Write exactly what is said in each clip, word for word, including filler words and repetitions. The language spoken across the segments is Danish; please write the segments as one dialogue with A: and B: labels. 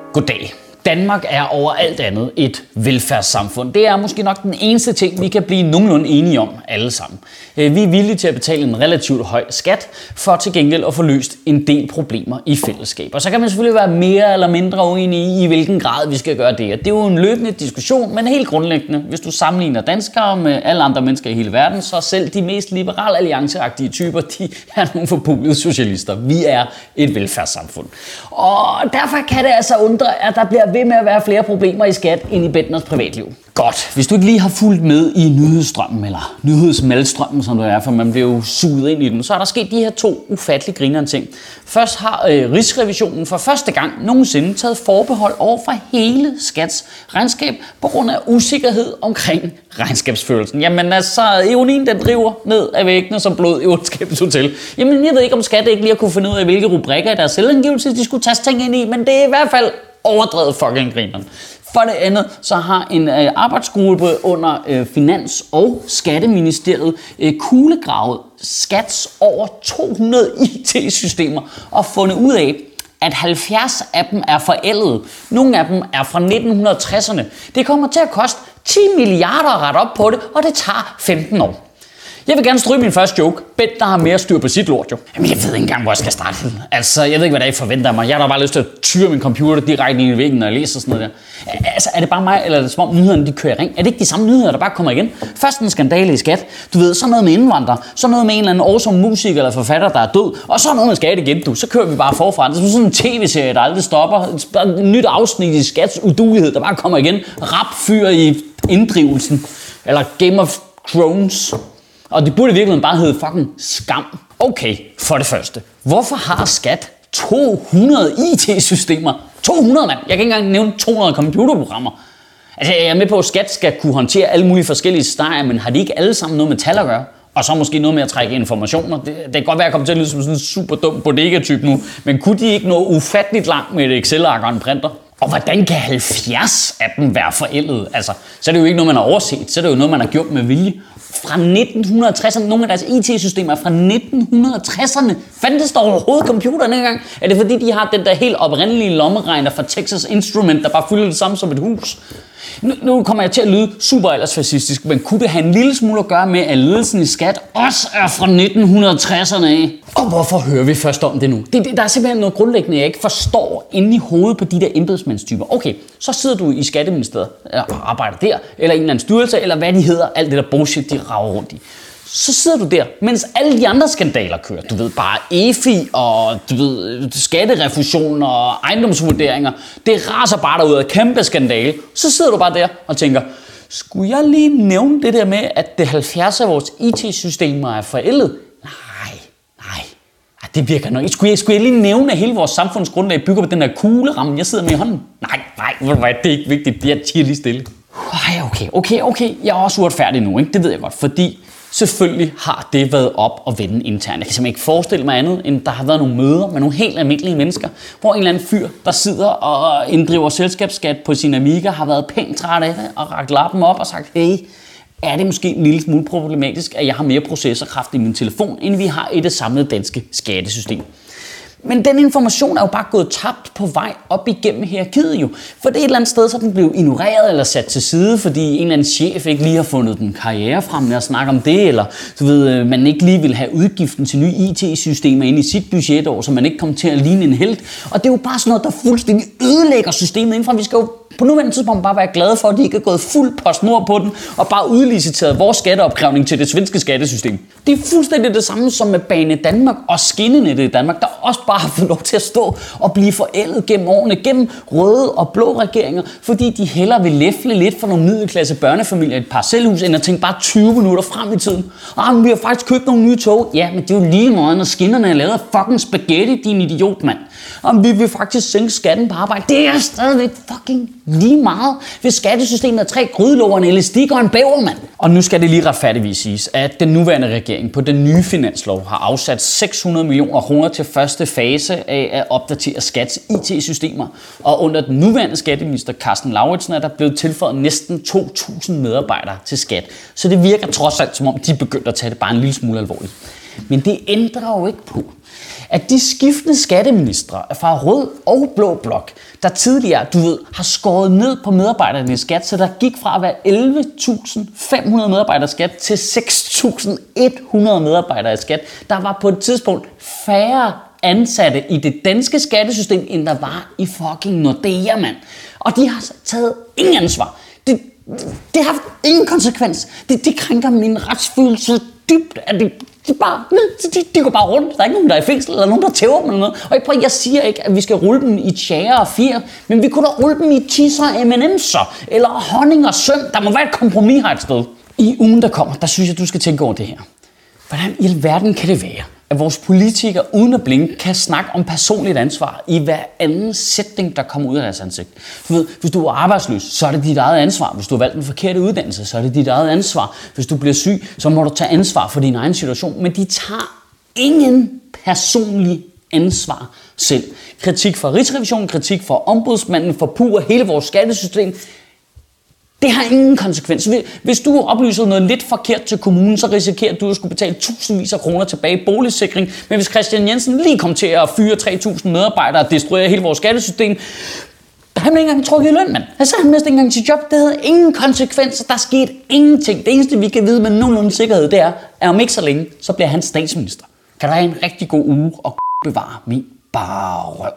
A: Goddag. Danmark er over alt andet et velfærdssamfund. Det er måske nok den eneste ting, vi kan blive nogenlunde enige om alle sammen. Vi er villige til at betale en relativt høj skat for til gengæld at få løst en del problemer i fællesskab. Og så kan man selvfølgelig være mere eller mindre uenige i, i hvilken grad vi skal gøre det. Og det er jo en løbende diskussion, men helt grundlæggende, hvis du sammenligner danskere med alle andre mennesker i hele verden, så selv de mest liberal allianceagtige typer, de er nogle forpulede socialister. Vi er et velfærdssamfund. Og derfor kan det altså undre, at der bliver ved med at være flere problemer i skat end i Bendtners privatliv. Godt. Hvis du ikke lige har fulgt med i nyhedsstrømmen, eller nyhedsmeldstrømmen, som det er, for man bliver jo suget ind i den, så er der sket de her to ufattelig grinerende ting. Først har øh, Rigsrevisionen for første gang nogensinde taget forbehold over for hele Skats regnskab på grund af usikkerhed omkring regnskabsførelsen. Jamen altså, ironien den driver ned af væggene som blod i Ondskabens Hotel. Jamen jeg ved ikke, om Skat ikke lige har kunne finde ud af, hvilke rubrikker i deres selvangivelse de skulle tage ting ind i, men det er i hvert fald overdrevet fucking grineren. For det andet, så har en øh, arbejdsgruppe under øh, Finans- og Skatteministeriet øh, kuglegravet Skats over to hundrede I T-systemer og fundet ud af, at halvfjerds af dem er forældede. Nogle af dem er fra nitten tresserne. Det kommer til at koste ti milliarder at rette op på det, og det tager femten år. Jeg vil gerne stryge min første joke. Bent, der har mere styr på sit lort, jo. Jamen, jeg ved ikke engang, hvor jeg skal starte. Altså, jeg ved ikke, hvad der I forventer mig. Jeg har da bare lyst til at tyre min computer direkte ind i væggen, når jeg læser sådan noget der. Altså, er det bare mig, eller er det som om nyhederne, de kører i ring? Er det ikke de samme nyheder, der bare kommer igen? Først en skandale i Skat. Du ved, så noget med indvandrere. Så noget med en eller anden awesome musiker eller forfatter, der er død. Og så noget med Skat igen, du. Så kører vi bare forfra. Det er sådan en tv-serie, der aldrig stopper. Et nyt afsnit i Skats uduelighed, der bare kommer igen. Rap fyr i inddrivelsen. Eller Game of Thrones. Og det burde virkelig bare hedde fucking skam. Okay, for det første. Hvorfor har Skat to hundrede I T-systemer? to hundrede, mand! Jeg kan ikke engang nævne to hundrede computerprogrammer. Altså, jeg er med på, at Skat skal kunne håndtere alle mulige forskellige stadier, men har de ikke alle sammen noget med tal at gøre? Og så måske noget med at trække informationer. Det, det kan godt være, at jeg kommer til at lyde som sådan en super dum bodega-type nu, men kunne de ikke nå ufatteligt langt med et Excel-ark og en printer? Og hvordan kan halvfjerds af dem være forældede? Altså, så er det jo ikke noget, man har overset. Så er det jo noget, man har gjort med vilje. Fra nitten tresserne. Nogle af deres I T-systemer er fra nitten tresserne. Fandtes der overhovedet computeren engang? Er det fordi, de har den der helt oprindelige lommeregner fra Texas Instrument, der bare fylder det samme som et hus? Nu, nu kommer jeg til at lyde super ellers fascistisk, men kunne det have en lille smule at gøre med, at ledelsen i Skat også er fra nitten tresserne af? Og hvorfor hører vi først om det nu? Det, det, der er simpelthen noget grundlæggende, jeg ikke forstår inde i hovedet på de der embedsmandstyper. Okay, så sidder du i Skatteministeriet og arbejder der, eller en eller anden styrelse, eller hvad de hedder, alt det der bullshit, de rager rundt i. Så sidder du der, mens alle de andre skandaler kører. Du ved, bare E F I og du ved, skatterefusion og ejendomsvurderinger. Det raser bare derud af kæmpe skandale. Så sidder du bare der og tænker, skulle jeg lige nævne det der med, at det halvfjerds af vores I T-systemer er forældet? Nej, nej. Det virker nok. Skulle jeg, skulle jeg lige nævne, at hele vores samfundsgrundlag bygger på den der kugleramme, jeg sidder med i hånden? Nej, nej, det er ikke vigtigt. Jeg tiger lige stille. Ej, okay, okay, okay. Jeg er også uretfærdig nu, ikke? Det ved jeg godt, fordi selvfølgelig har det været op og vende internt. Jeg kan simpelthen ikke forestille mig andet, end der har været nogle møder med nogle helt almindelige mennesker, hvor en eller anden fyr, der sidder og inddriver selskabsskat på sin Amiga, har været pænt træt af det og rakt lappen op og sagt, hey, er det måske en lille smule problematisk, at jeg har mere processorkraft i min telefon, end vi har i det samlede danske skattesystem. Men den information er jo bare gået tabt på vej op igennem hierarkiet jo. For det er et eller andet sted, så den blev ignoreret eller sat til side, fordi en eller anden chef ikke lige har fundet den karriere frem med at snakke om det, eller du ved, man ikke lige vil have udgiften til nye I T-systemer ind i sit budgetår, så man ikke kommer til at ligne en helt. Og det er jo bare sådan noget, der fuldstændig ødelægger systemet indenfra. Vi skal jo på nuværende tidspunkt bare være glade for, at de ikke er gået fuld PostNord på den, og bare udliciteret vores skatteopkrævning til det svenske skattesystem. Det er fuldstændig det samme som med Bane Danmark og skinnenettet i Danmark, der også bare har fået lov til at stå og blive forældet gennem årene, gennem røde og blå regeringer, fordi de hellere vil læfle lidt for nogle middelklasse børnefamilier i et parcelhus, end at tænke bare tyve minutter frem i tiden. Og men vi har faktisk købt nogle nye tog. Ja, men det er jo lige meget, når skinnerne er lavet af fucking spaghetti, din idiot, mand. Og vi vil faktisk sænke skatten på arbejde. Det er stadigvæk fucking lige meget, hvis skattesystemet er tre grydelåger, en elastik og en bæver, mand. Og nu skal det lige retfærdigvis siges, at den nuværende regering på den nye finanslov har afsat seks hundrede millioner kroner til første fase af at opdatere Skats I T-systemer. Og under den nuværende skatteminister Karsten Lauritzen er der blevet tilføjet næsten to tusind medarbejdere til Skat. Så det virker trods alt, som om de begyndte at tage det bare en lille smule alvorligt. Men det ændrer jo ikke på, at de skiftende skatteministre fra rød og blå blok, der tidligere, du ved, har skåret ned på medarbejderne i skat, så der gik fra at være elleve tusind fem hundrede medarbejdere i skat til seks tusind et hundrede medarbejdere i skat. Der var på et tidspunkt færre ansatte i det danske skattesystem, end der var i fucking Nordea, mand. Og de har taget ingen ansvar. Det, det har haft ingen konsekvens. Det, det krænker min retsfølelse dybt, at det De, bare, de, de går bare rundt. Der er ikke nogen, der er i fængsel, eller nogen, der tæver dem eller noget. Og jeg, prøver, jeg siger ikke, at vi skal rulle dem i tjære og fjer, men vi kunne da rulle dem i tisser og M and M'ser, eller honning og søm. Der må være et kompromis her et sted. I ugen, der kommer, der synes jeg, du skal tænke over det her. Hvordan i alverden kan det være, at vores politikere uden at blinke kan snakke om personligt ansvar i hver anden sætning, der kommer ud af deres ansigt? Du ved, hvis du er arbejdsløs, så er det dit eget ansvar. Hvis du har valgt en forkert uddannelse, så er det dit eget ansvar. Hvis du bliver syg, så må du tage ansvar for din egen situation. Men de tager ingen personlig ansvar selv. Kritik fra Rigsrevisionen, kritik fra ombudsmanden, forpurrer hele vores skattesystem. Det har ingen konsekvens. Hvis du oplyser noget lidt forkert til kommunen, så risikerer du at skulle betale tusindvis af kroner tilbage i boligsikring. Men hvis Christian Jensen lige kom til at fyre tre tusind medarbejdere og destruere hele vores skattesystem, han blev ikke engang trukket i løn, mand. Altså, han mistede ikke engang sit job. Det havde ingen konsekvenser. Der skete ingenting. Det eneste, vi kan vide med nogenlunde sikkerhed, det er, at om ikke så længe, så bliver han statsminister. Kan der have en rigtig god uge og bevare min bare røv.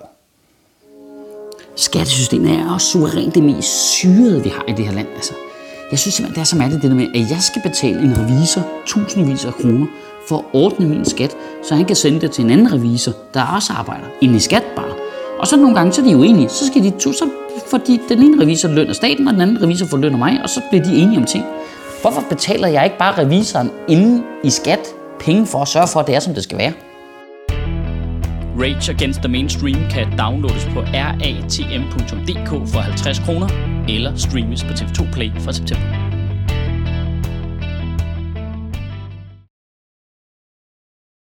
A: Skattesystemet er også suverænt det mest syrede, vi har i det her land. Altså, jeg synes simpelthen, det er så mærkeligt det der med, at jeg skal betale en revisor tusindvis af kroner for at ordne min skat, så han kan sende det til en anden revisor, der også arbejder inde i skat bare. Og så nogle gange, så er de uenige. Så skal de to, så fordi den ene revisor lønner staten, og den anden revisor får lønner mig, og så bliver de enige om ting. Hvorfor betaler jeg ikke bare revisoren inde i skat penge for at sørge for, at det er, som det skal være?
B: Rage Against the Mainstream kan downloades på r a t m punktum d k for halvtreds kroner eller streames på T V to Play fra september.